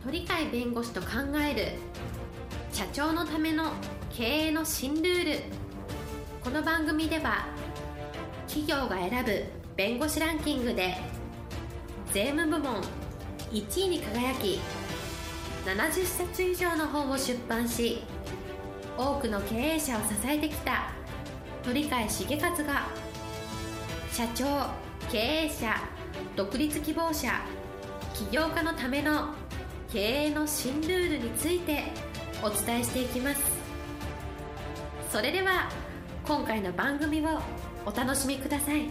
鳥飼弁護士と考える社長のための経営の新ルール。この番組では企業が選ぶ弁護士ランキングで税務部門1位に輝き、70冊以上の本を出版し、多くの経営者を支えてきた鳥飼茂勝が、社長、経営者、独立希望者、起業家のための経営の新ルールについてお伝えしていきます。それでは今回の番組をお楽しみください。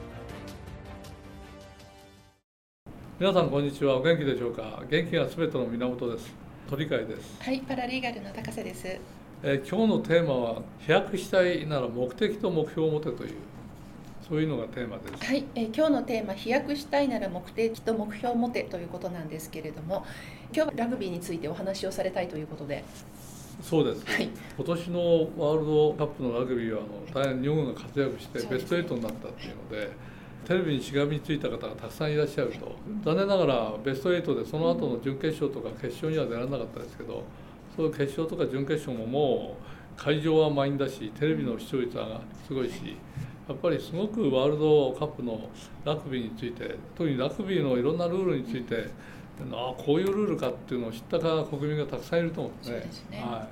皆さんこんにちは。お元気でしょうか。元気がすべての源です。鳥飼です。 はい、パラリーガルの高瀬です。 今日のテーマは飛躍したいなら目的と目標を持てという、そういうのがテーマです。 はい、今日のテーマ、飛躍したいなら目的と目標を持てということなんですけれども、今日はラグビーについてお話をされたいということで。 そうです、 はい、 今年のワールドカップのラグビーは大変日本が活躍してベスト8になったっていうので、テレビにしがみついた方がたくさんいらっしゃると。残念ながらベスト8でその後の準決勝とか決勝には出られなかったですけど、そういう決勝とか準決勝ももう会場は満員だし、テレビの視聴率はすごいし、やっぱりすごくワールドカップのラグビーについて、特にラグビーのいろんなルールについて、こういうルールかっていうのを知った国民がたくさんいると思うんですね。 そうですね。 はい、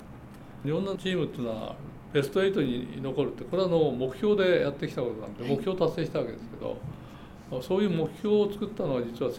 日本のチームっていうのはベスト8に残るって、これは目標でやってきたことなんで、目標を達成したわけですけど、そういう目標を作ったのは実は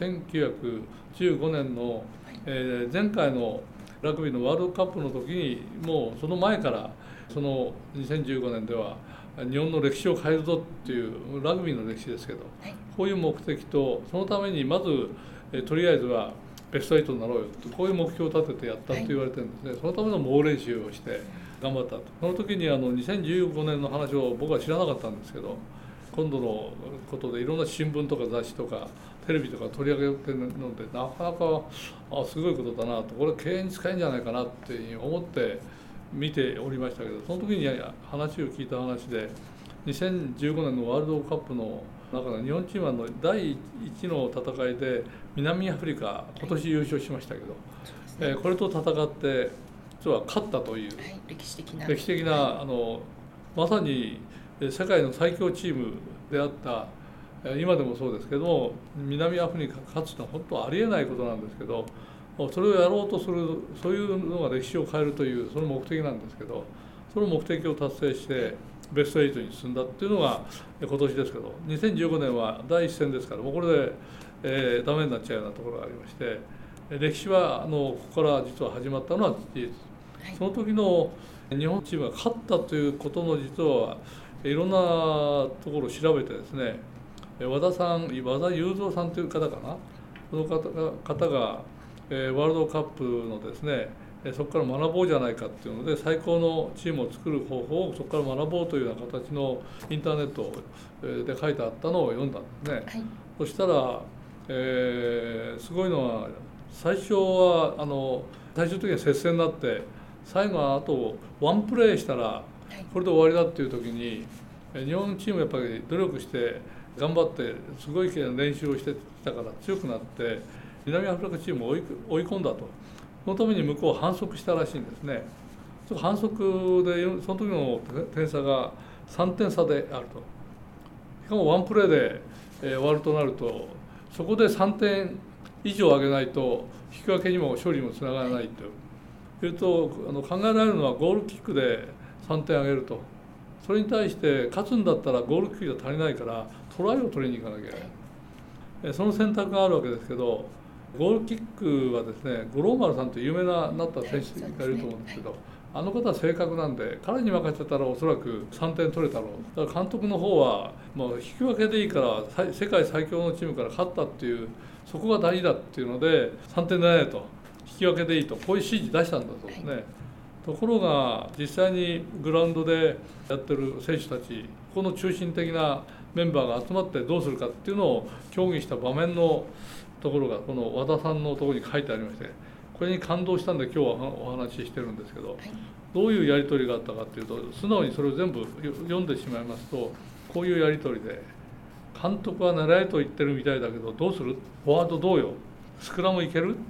1915年の、前回のラグビーのワールドカップの時に、もうその前からその2015年では日本の歴史を変えるぞっていうラグビーの歴史ですけど、こういう目的と、そのためにまずとりあえずはベスト8になろうよと、こういう目標を立ててやったと言われてるんですね。そのための猛練習をして頑張ったと。その時に2015年の話を僕は知らなかったんですけど、今度のことでいろんな新聞とか雑誌とかテレビとか取り上げてるので、なかなかすごいことだなと、これ経営に使えるんじゃないかなって思って見ておりましたけど、その時に話を聞いた話で、2015年のワールドカップの中で日本チームは第1の戦いで南アフリカ、今年優勝しましたけど、これと戦って実は勝ったという、 歴史的な、まさに世界の最強チームであった、今でもそうですけども、南アフリカ勝つのは本当はありえないことなんですけど、それをやろうとする、そういうのが歴史を変えるという、その目的なんですけど、その目的を達成してベスト8に進んだっていうのが今年ですけど、2015年は第一戦ですから、もうこれで、ダメになっちゃうようなところがありまして、歴史はここから実は始まったのは事実。その時の日本チームが勝ったということの実はいろんなところを調べてですね、和田雄三さんという方かな、この方がワールドカップのですね、そこから学ぼうじゃないかっていうので、最高のチームを作る方法をそこから学ぼうというような形のインターネットで書いてあったのを読んだんですね。そしたら、すごいのは、最初は最終的には接戦になって、最後はあとワンプレーしたらこれで終わりだっていう時に、日本チームやっぱり努力して頑張ってすごい練習をしてきたから強くなって、南アフリカチームを追い込んだと。そのために向こうは反則したらしいんですね。反則でその時の点差が3点差であると。しかもワンプレーで終わるとなると、そこで3点以上上げないと引き分けにも勝利にもつながらないというと、考えられるのはゴールキックで3点上げると。それに対して勝つんだったらゴールキックが足りないからトライを取りに行かなきゃいけない。その選択があるわけですけど、ゴールキックはですね、五郎丸さんという有名なった選手がいると思うんですけど、あの方は正確なんで、彼に任せたらおそらく3点取れたろう。だから監督の方はもう引き分けでいいから世界最強のチームから勝ったっていう、そこが大事だっていうので3点でないと、引き分けでいいと、こういう指示出したんだそうですね。ところが実際にグラウンドでやってる選手たち、この中心的なメンバーが集まってどうするかっていうのを協議した場面のところがこの和田さんのところに書いてありまして、これに感動したんで今日はお話ししてるんですけど、どういうやり取りがあったかっていうと、素直にそれを全部読んでしまいますと、こういうやり取りで、監督は狙えと言ってるみたいだけどどうする、フォワードどうよ、スクラムいける、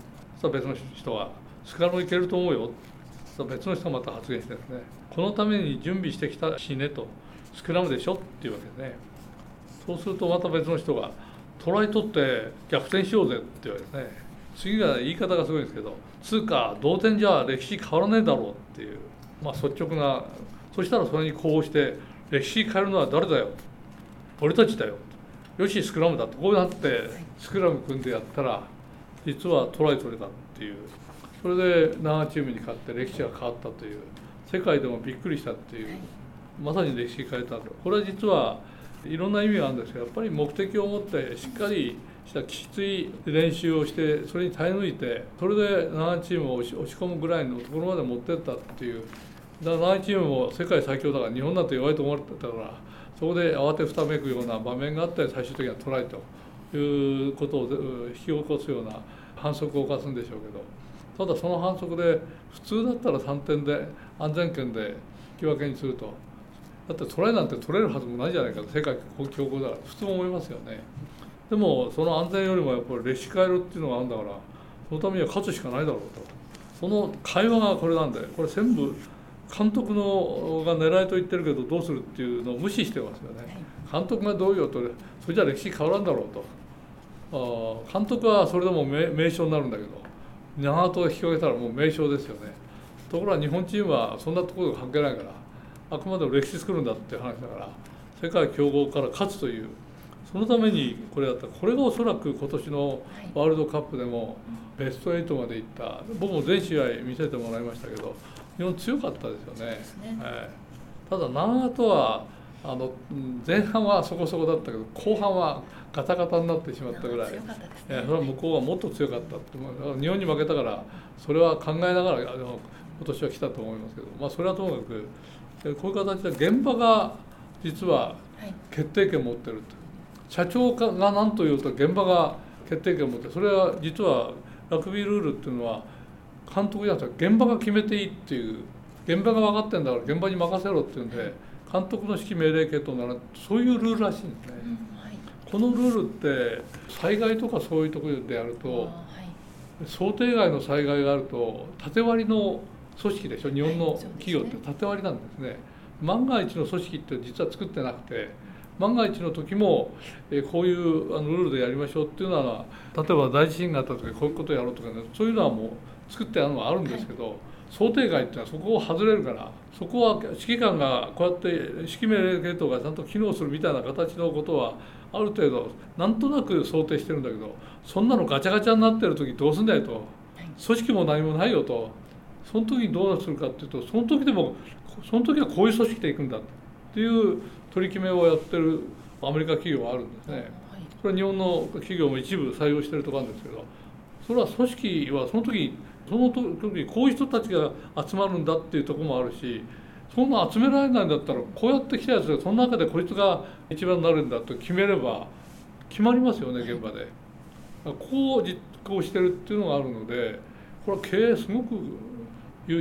そしたら別の人がスクラムいけると思うよ、そしたら別の人がまた発言してですね、このために準備してきたしねと、スクラムでしょっていうわけですね。そうするとまた別の人がトライ取って逆転しようぜっていうわけですね。次が言い方がすごいんですけど、つうか同点じゃ歴史変わらねえだろうっていう、率直な、そしたらそれにこうして歴史変えるのは誰だよ、俺たちだよ、よしスクラムだとこうなってスクラム組んでやったら実はトライ取れたっていう、それで7チームに勝って歴史が変わったという、世界でもびっくりしたっていう、まさに歴史変えたと。これは実はいろんな意味があるんですけど、やっぱり目的を持ってしっかりしたきつい練習をして、それに耐え抜いて、それで7チームを押し込むぐらいのところまで持ってったっていう。だから7チームも世界最強だから日本だと弱いと思われてたから、そこで慌てふためくような場面があって最終的にはトライということを引き起こすような反則を犯すんでしょうけど、ただその反則で普通だったら3点で安全圏で引き分けにすると、だってトライなんて取れるはずもないじゃないかと、世界強豪だから普通思いますよね。でもその安全よりもやっぱり歴史変えるっていうのがあるんだから、そのためには勝つしかないだろうと。その会話がこれなんで、これ全部監督のが狙いと言ってるけどどうするっていうのを無視してますよね。監督がどういうと、それじゃ歴史変わらんだろうと。監督はそれでも名将になるんだけど、長友を引き分けたらもう名将ですよね。ところが日本チームはそんなところが関係ないから、あくまでも歴史作るんだって話だから、世界強豪から勝つという、そのためにこれだった。これがおそらく今年のワールドカップでもベスト8までいった。僕も全試合見せてもらいましたけど、日本強かったですよね。ただ長友は前半はそこそこだったけど、後半はガタガタになってしまったぐらい、それは向こうはもっと強かったって。日本に負けたから、それは考えながら今年は来たと思いますけど、それはともかくこういう形で現場が実は決定権を持ってると。社長が何と言うと現場が決定権を持ってる。それは実はラグビールールっていうのは監督じゃなくて現場が決めていいっていう、現場が分かってんだから現場に任せろっていうんで、監督の指揮命令系統ならそういうルールらしいんですね。このルールって災害とかそういうところでやると、想定外の災害があると縦割りの組織でしょ。日本の企業って縦割りなんですね。万が一の組織って実は作ってなくて、万が一の時もこういうルールでやりましょうっていうのは、例えば大地震があった時こういうことをやろうとかね、そういうのはもう作ってあるのはあるんですけど、想定外っていうのはそこを外れるから、そこは指揮官がこうやって指揮命令系統がちゃんと機能するみたいな形のことはある程度なんとなく想定してるんだけど、そんなのガチャガチャになってる時どうすんだよと、組織も何もないよと。その時にどうするかっていうと、その時でもその時はこういう組織でいくんだっていう取り決めをやってるアメリカ企業があるんですね。それは日本の企業も一部採用してるところなんですけど、それは組織はその時にこういう人たちが集まるんだっていうところもあるし、そんな集められないんだったらこうやって来たやつでその中でこいつが一番になるんだと決めれば決まりますよね、現場で。こう実行してるっていうのがあるので、これは経営すごく優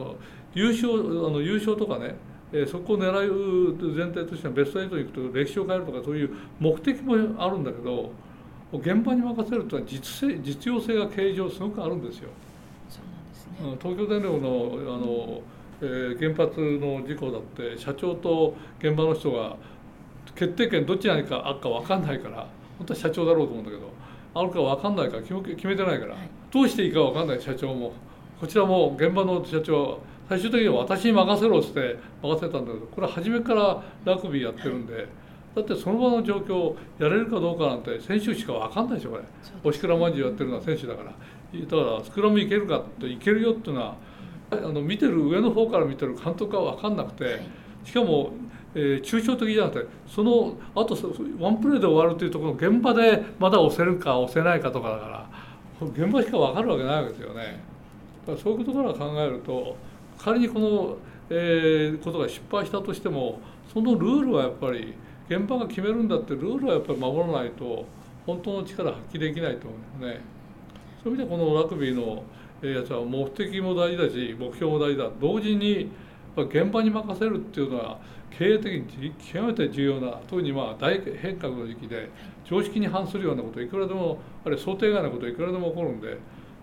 勝とかね、そこを狙う前提としてはベスト8に行くと歴史を変えるとかそういう目的もあるんだけど、現場に任せるというのは実用性が経営上すごくあるんですよ。 そうなんですね。 東京電力の原発の事故だって社長と現場の人が決定権どっちにあるか分かんないから、本当は社長だろうと思うんだけど、あるか分かんないから決めてないから、どうしていいか分かんない社長も、こちらも現場の社長は最終的には私に任せろって任せたんだけど、これは初めからラグビーやってるんで、だってその場の状況をやれるかどうかなんて選手しか分かんないでしょ。これおしくらまんじゅうやってるのは選手だから。だからスクラムいけるかっていけるよっていうのは見てる上の方から見てる監督は分かんなくて、しかも抽象的じゃなくて、そのあとワンプレーで終わるというところの現場でまだ押せるか押せないかとかだから、現場しか分かるわけないわけですよね。だからそういうことから考えると、仮にこのことが失敗したとしても、そのルールはやっぱり現場が決めるんだってルールはやっぱり守らないと本当の力発揮できないと思うんですね。そういう意味でこのラグビーのやつは目的も大事だし目標も大事だ。同時に現場に任せるっていうのは経営的に極めて重要な、特に大変革の時期で常識に反するようなこといくらでも、あるいは想定外なこといくらでも起こるんで、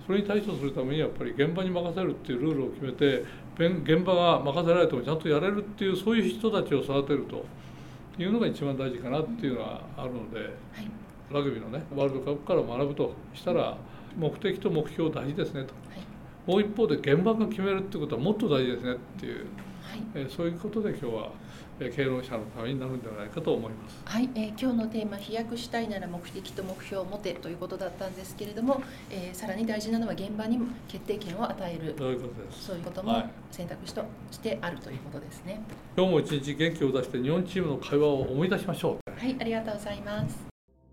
それに対処するためにやっぱり現場に任せるっていうルールを決めて、現場が任せられてもちゃんとやれるっていう、そういう人たちを育てるというのが一番大事かなっていうのがあるので、ラグビーのねワールドカップから学ぶとしたら、目的と目標大事ですねと、もう一方で現場が決めるってことはもっと大事ですねっていう、そういうことで今日は経論者のためになるんではないかと思います。 はい、今日のテーマ飛躍したいなら目的と目標を持てということだったんですけれども、さらに大事なのは現場に決定権を与える、 そういうことです。 そういうことも選択肢としてあるということですね。 今日も一日元気を出して日本チームの会話を思い出しましょう。 はい、ありがとうございます。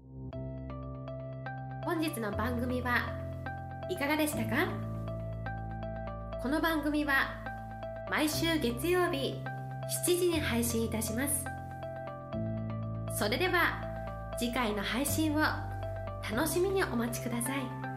本日の番組はいかがでしたか？この番組は毎週月曜日7時に配信いたします。それでは次回の配信を楽しみにお待ちください。